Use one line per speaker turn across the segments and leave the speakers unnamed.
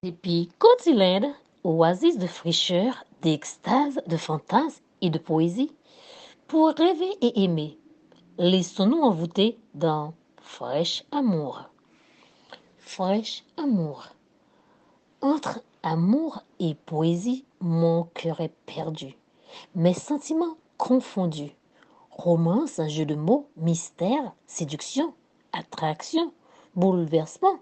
Des pays cotilènes, oasis de fraîcheur, d'extase, de fantasmes et de poésie, pour rêver et aimer, laissons-nous envoûter dans Fraîche Amour. Fraîche Amour. Entre amour et poésie, mon cœur est perdu, mes sentiments confondus. Romance, un jeu de mots, mystère, séduction, attraction, bouleversement,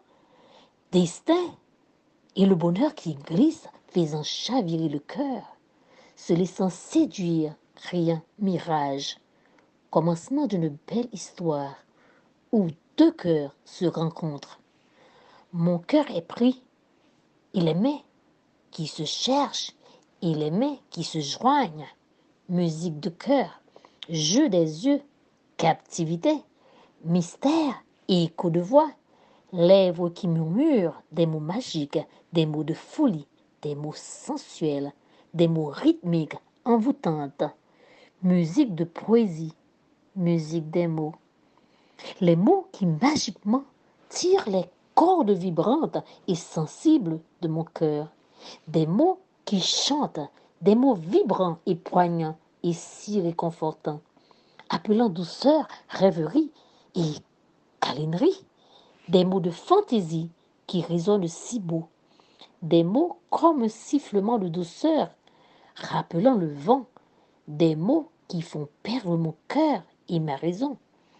destin, et le bonheur qui glisse, faisant chavirer le cœur, se laissant séduire, rien, mirage. Commencement d'une belle histoire où deux cœurs se rencontrent. Mon cœur est pris, il aimait qui se cherchent, il aimait qui se joignent. Musique de cœur, jeu des yeux, captivité, mystère et écho de voix. Lèvres qui murmurent des mots magiques, des mots de folie, des mots sensuels, des mots rythmiques, envoûtantes. Musique de poésie, musique des mots. Les mots qui magiquement tirent les cordes vibrantes et sensibles de mon cœur. Des mots qui chantent, des mots vibrants et poignants et si réconfortants, appelant douceur, rêverie et câlinerie. Des mots de fantaisie qui résonnent si beau, des mots comme un sifflement de douceur, rappelant le vent, des mots qui font perdre mon cœur et ma raison.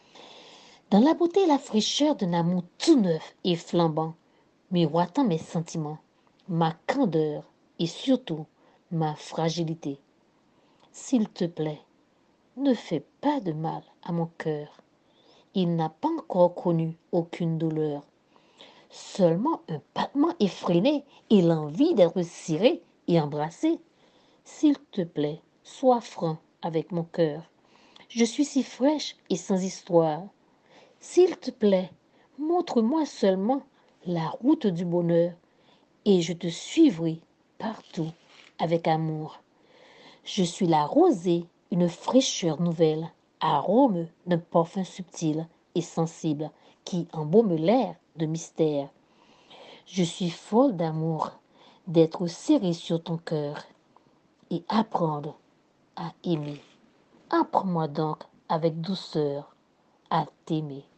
Dans la beauté et la fraîcheur d'un amour tout neuf et flambant, miroitant mes sentiments, ma candeur et surtout ma fragilité. S'il te plaît, ne fais pas de mal à mon cœur. Il n'a pas encore connu aucune douleur. Seulement un battement effréné et l'envie d'être ciré et embrassé. S'il te plaît, sois franc avec mon cœur. Je suis si fraîche et sans histoire. S'il te plaît, montre-moi seulement la route du bonheur et je te suivrai partout avec amour. Je suis la rosée, une fraîcheur nouvelle, arôme d'un parfum subtil et sensible qui embaume l'air de mystère. Je suis folle d'amour, d'être serrée sur ton cœur et apprendre à aimer. Apprends-moi donc avec douceur à t'aimer.